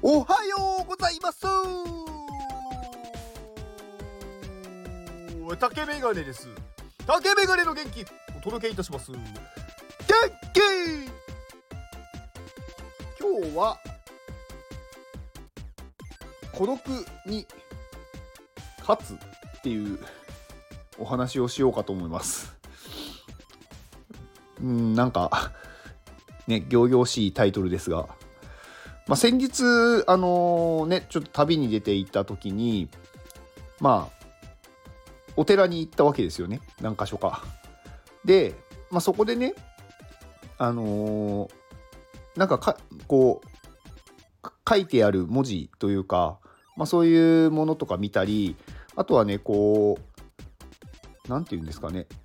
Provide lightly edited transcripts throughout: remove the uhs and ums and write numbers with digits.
おはようございます。竹メガネです。竹メガネの元気お届けいたします。元気。今日は孤独に勝つっていうお話をしようかと思います。なんかね、仰々しいタイトルですが、先日ちょっと旅に出て行った時にお寺に行ったわけですよね。何か所かで、そこでねこう書いてある文字というか、そういうものとか見たり、あとはねなんていうんですかね、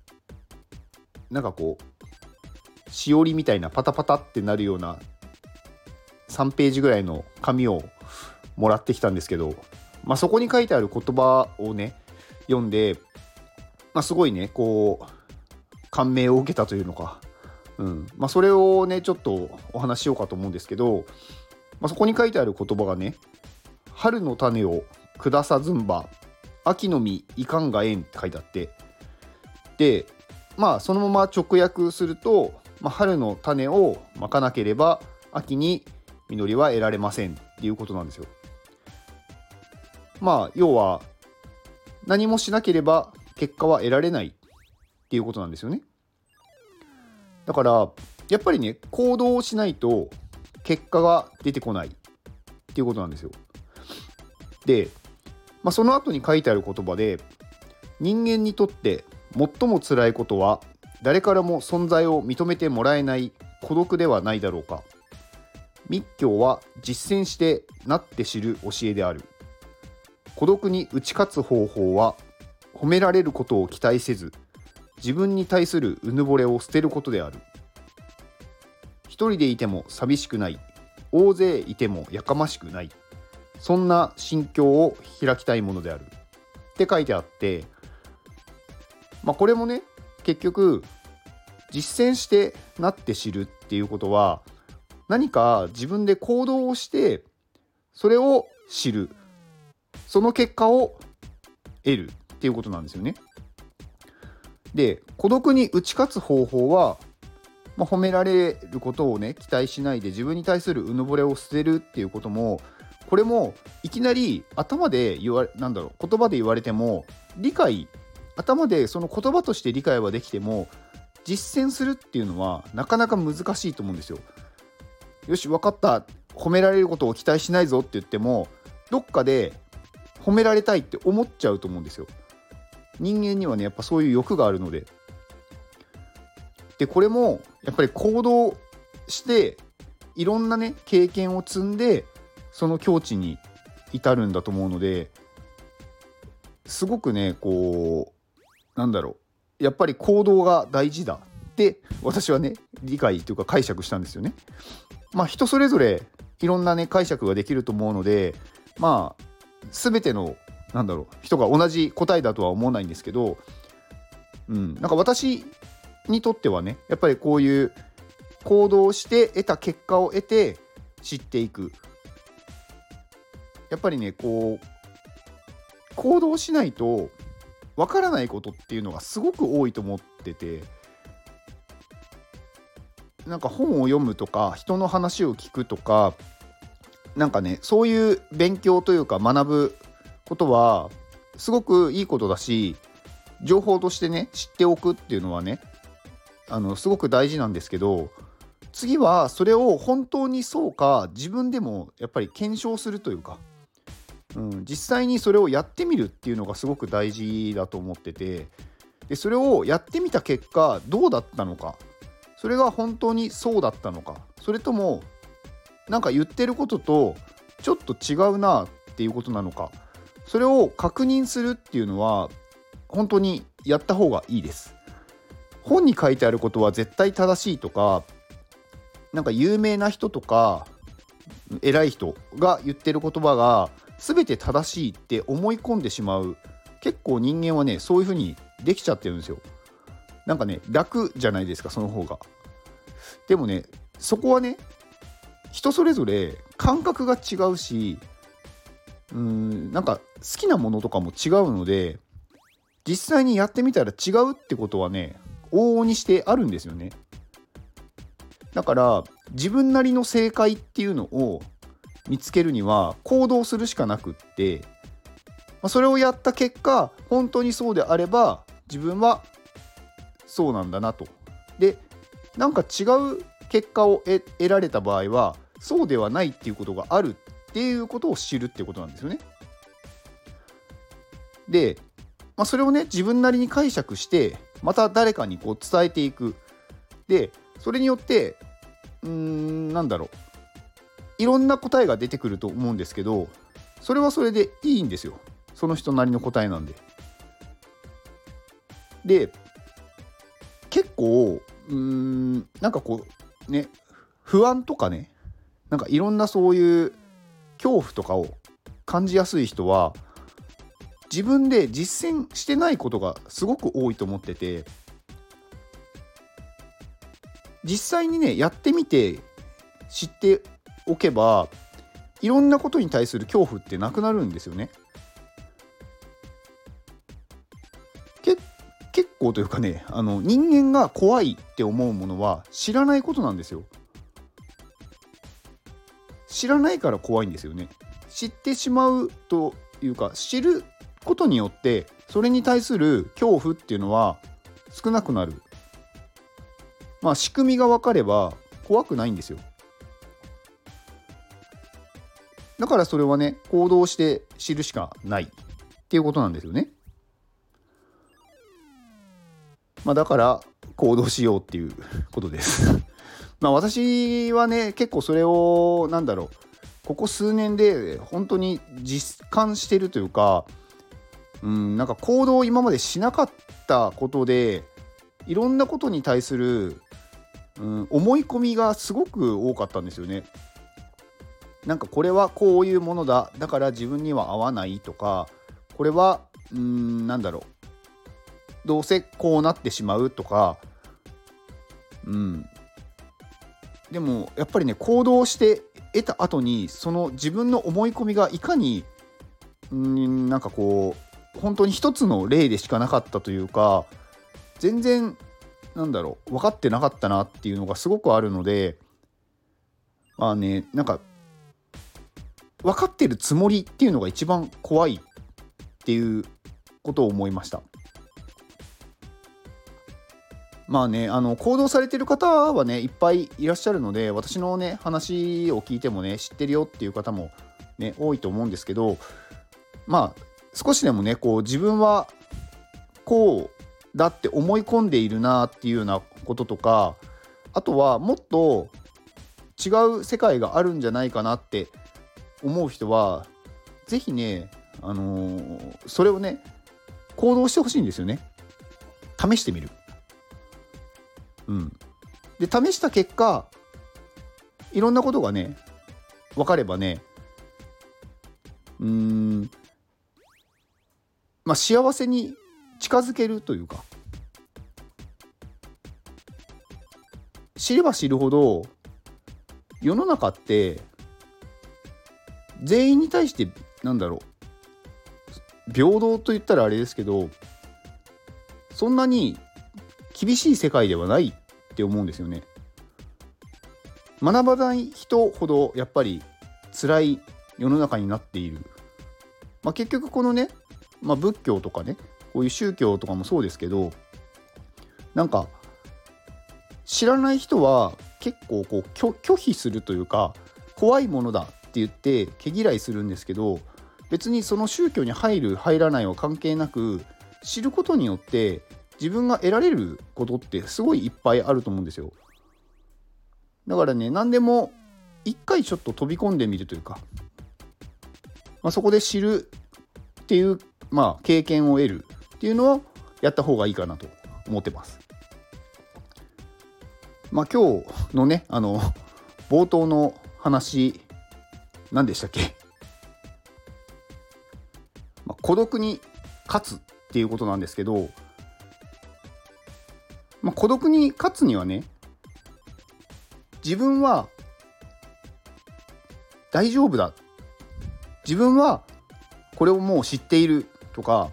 しおりみたいなパタパタってなるような3ページぐらいの紙をもらってきたんですけど、そこに書いてある言葉をね読んで、すごいね感銘を受けたというのか、それをねちょっとお話ししようかと思うんですけど、そこに書いてある言葉がね、春の種を下さずんば秋の実いかんがえんって書いてあって、でそのまま直訳すると、春の種をまかなければ秋に実りは得られませんっていうことなんですよ。要は何もしなければ結果は得られないっていうことなんですよね。だからやっぱりね、行動をしないと結果が出てこないっていうことなんですよ。で、その後に書いてある言葉で、人間にとって最も辛いことは誰からも存在を認めてもらえない孤独ではないだろうか。密教は実践してなって知る教えである。孤独に打ち勝つ方法は褒められることを期待せず、自分に対するうぬぼれを捨てることである。一人でいても寂しくない、大勢いてもやかましくない、そんな心境を開きたいものであるって書いてあって、これもね結局実践してなって知るっていうことは、何か自分で行動をしてそれを知る、その結果を得るっていうことなんですよね。で、孤独に打ち勝つ方法は、褒められることをね期待しないで自分に対するうぬぼれを捨てるっていうことも、これもいきなり頭で言葉で言われても頭でその言葉として理解はできても、実践するっていうのはなかなか難しいと思うんですよ。よし分かった、褒められることを期待しないぞって言っても、どっかで褒められたいって思っちゃうと思うんですよ。人間にはねやっぱそういう欲があるので。でこれもやっぱり行動していろんなね経験を積んでその境地に至るんだと思うので、すごくねやっぱり行動が大事だって私はね理解というか解釈したんですよね。人それぞれいろんなね解釈ができると思うので、全ての人が同じ答えだとは思わないんですけど、私にとってはねやっぱりこういう行動して得た結果を得て知っていく、やっぱりね行動しないとわからないことっていうのがすごく多いと思ってて、本を読むとか人の話を聞くとかそういう勉強というか学ぶことはすごくいいことだし、情報としてね知っておくっていうのはねすごく大事なんですけど、次はそれを本当にそうか自分でもやっぱり検証するというか、実際にそれをやってみるっていうのがすごく大事だと思ってて、でそれをやってみた結果どうだったのか、それが本当にそうだったのか、それとも言ってることとちょっと違うなっていうことなのか、それを確認するっていうのは本当にやった方がいいです。本に書いてあることは絶対正しいとか、有名な人とか偉い人が言ってる言葉が全て正しいって思い込んでしまう、結構人間はねそういう風にできちゃってるんですよ。楽じゃないですかその方が。でもねそこはね人それぞれ感覚が違うし、なんか好きなものとかも違うので、実際にやってみたら違うってことはね、往々にしてあるんですよね。だから自分なりの正解っていうのを見つけるには行動するしかなくって、それをやった結果、本当にそうであれば自分はそうなんだなと。で、なんか違う結果を得られた場合はそうではないっていうことがあるっていうことを知るってことなんですよね。で、それをね、自分なりに解釈してまた誰かにこう伝えていく。で、それによってなんだろう、いろんな答えが出てくると思うんですけど、それはそれでいいんですよ。その人なりの答えなんで。で、結構なんかこうね、不安とかね、なんかいろんなそういう恐怖とかを感じやすい人は自分で実践してないことがすごく多いと思ってて、実際にねやってみて知っておけば、いろんなことに対する恐怖ってなくなるんですよね。結構というかね、人間が怖いって思うものは知らないことなんですよ。知らないから怖いんですよね。知ってしまうというか、知ることによってそれに対する恐怖っていうのは少なくなる。仕組みが分かれば怖くないんですよ。だからそれはね、行動して知るしかないっていうことなんですよね。だから行動しようっていうことです私はね、結構それをここ数年で本当に実感してるというか、なんか行動を今までしなかったことで、いろんなことに対する、思い込みがすごく多かったんですよね。なんかこれはこういうものだ、だから自分には合わないとか、これはどうせこうなってしまうとか、でもやっぱりね、行動して得た後にその自分の思い込みがいかになんかこう本当に一つの例でしかなかったというか、全然分かってなかったなっていうのがすごくあるので、なんか分かってるつもりっていうのが一番怖いっていうことを思いました。行動されてる方はねいっぱいいらっしゃるので、私のね話を聞いてもね知ってるよっていう方もね多いと思うんですけど、少しでもねこう自分はこうだって思い込んでいるなっていうようなこととか、あとはもっと違う世界があるんじゃないかなって思う人はぜひね、それをね行動してほしいんですよね。試してみる。で試した結果、いろんなことがね分かればね、幸せに近づけるというか、知れば知るほど世の中って全員に対して平等と言ったらあれですけど、そんなに厳しい世界ではないって思うんですよね。学ばない人ほどやっぱり辛い世の中になっている。結局このね、仏教とかね、こういう宗教とかもそうですけど、なんか知らない人は結構こう拒否するというか、怖いものだって言って毛嫌いするんですけど、別にその宗教に入る入らないは関係なく、知ることによって自分が得られることってすごいいっぱいあると思うんですよ。だからね、何でも一回ちょっと飛び込んでみるというか、そこで知るっていう、経験を得るっていうのをやった方がいいかなと思ってます。今日のね冒頭の話何でしたっけ、孤独に勝つっていうことなんですけど、孤独に勝つにはね、自分は大丈夫だ、自分はこれをもう知っているとか、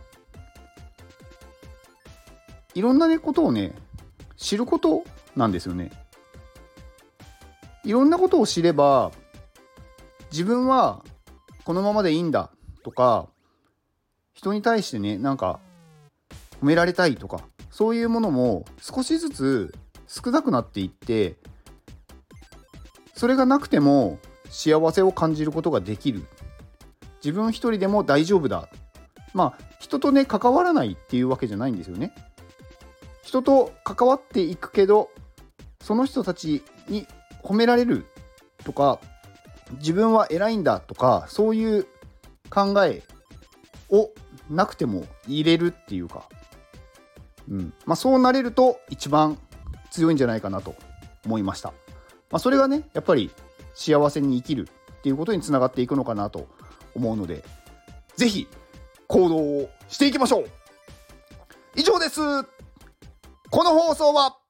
いろんなねことをね知ることなんですよね。いろんなことを知れば、自分はこのままでいいんだとか、人に対してねなんか褒められたいとか、そういうものも少しずつ少なくなっていって、それがなくても幸せを感じることができる。自分一人でも大丈夫だ。人とね関わらないっていうわけじゃないんですよね。人と関わっていくけど、その人たちに褒められるとか、自分は偉いんだとか、そういう考えをなくても入れるっていうか、そうなれると一番強いんじゃないかなと思いました。それがねやっぱり幸せに生きるっていうことにつながっていくのかなと思うので、ぜひ行動をしていきましょう。以上です。この放送は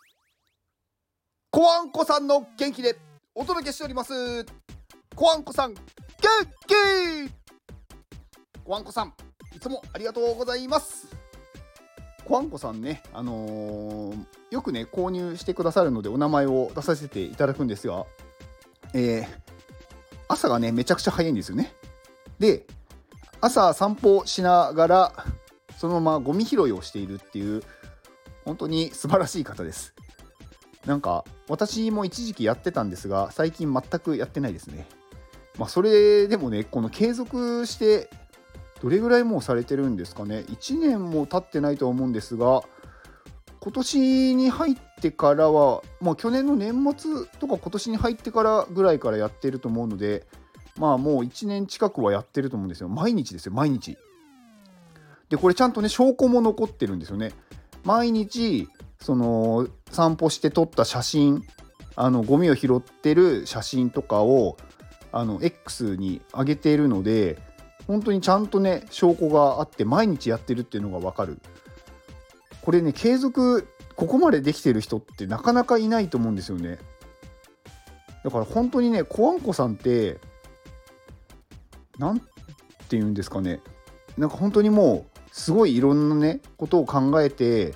コアンコさんの元気でお届けしております。コアンコさん元気。コアンコさんいつもありがとうございます。コアンコさんね、よくね購入してくださるのでお名前を出させていただくんですが、朝がねめちゃくちゃ早いんですよね。で、朝散歩しながらそのままゴミ拾いをしているっていう、本当に素晴らしい方です。なんか私も一時期やってたんですが、最近全くやってないですね。それでもね、この継続してどれぐらいもうされてるんですかね。1年も経ってないと思うんですが、今年に入ってからは、去年の年末とか今年に入ってからぐらいからやってると思うので、もう1年近くはやってると思うんですよ。毎日ですよ、毎日。で、これちゃんとね証拠も残ってるんですよね。毎日その散歩して撮った写真、ゴミを拾ってる写真とかをX に上げているので、本当にちゃんとね証拠があって毎日やってるっていうのが分かる。これね継続ここまでできてる人ってなかなかいないと思うんですよね。だから本当にねコアンコさんってなんていうんですかね、なんか本当にもうすごいいろんなねことを考えて、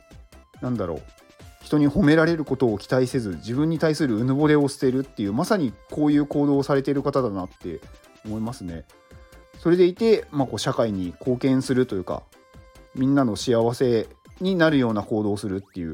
人に褒められることを期待せず自分に対するうぬぼれを捨てるっていう、まさにこういう行動をされている方だなって思いますね。それでいて、社会に貢献するというか、みんなの幸せになるような行動をするっていう、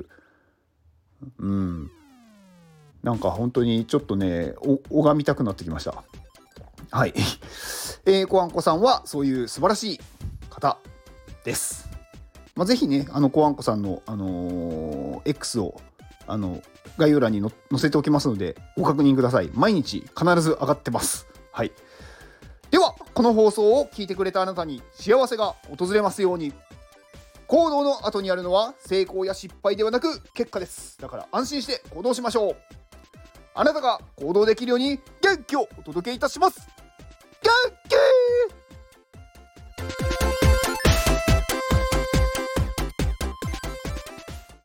なんか本当にちょっとね拝みたくなってきました。はい、コアンコさんはそういう素晴らしい方です。ぜひねコアンコさんの、X を概要欄に載せておきますのでご確認ください。毎日必ず上がってます。はい。ではこの放送を聞いてくれたあなたに幸せが訪れますように。行動の後にあるのは成功や失敗ではなく結果です。だから安心して行動しましょう。あなたが行動できるように元気をお届けいたします。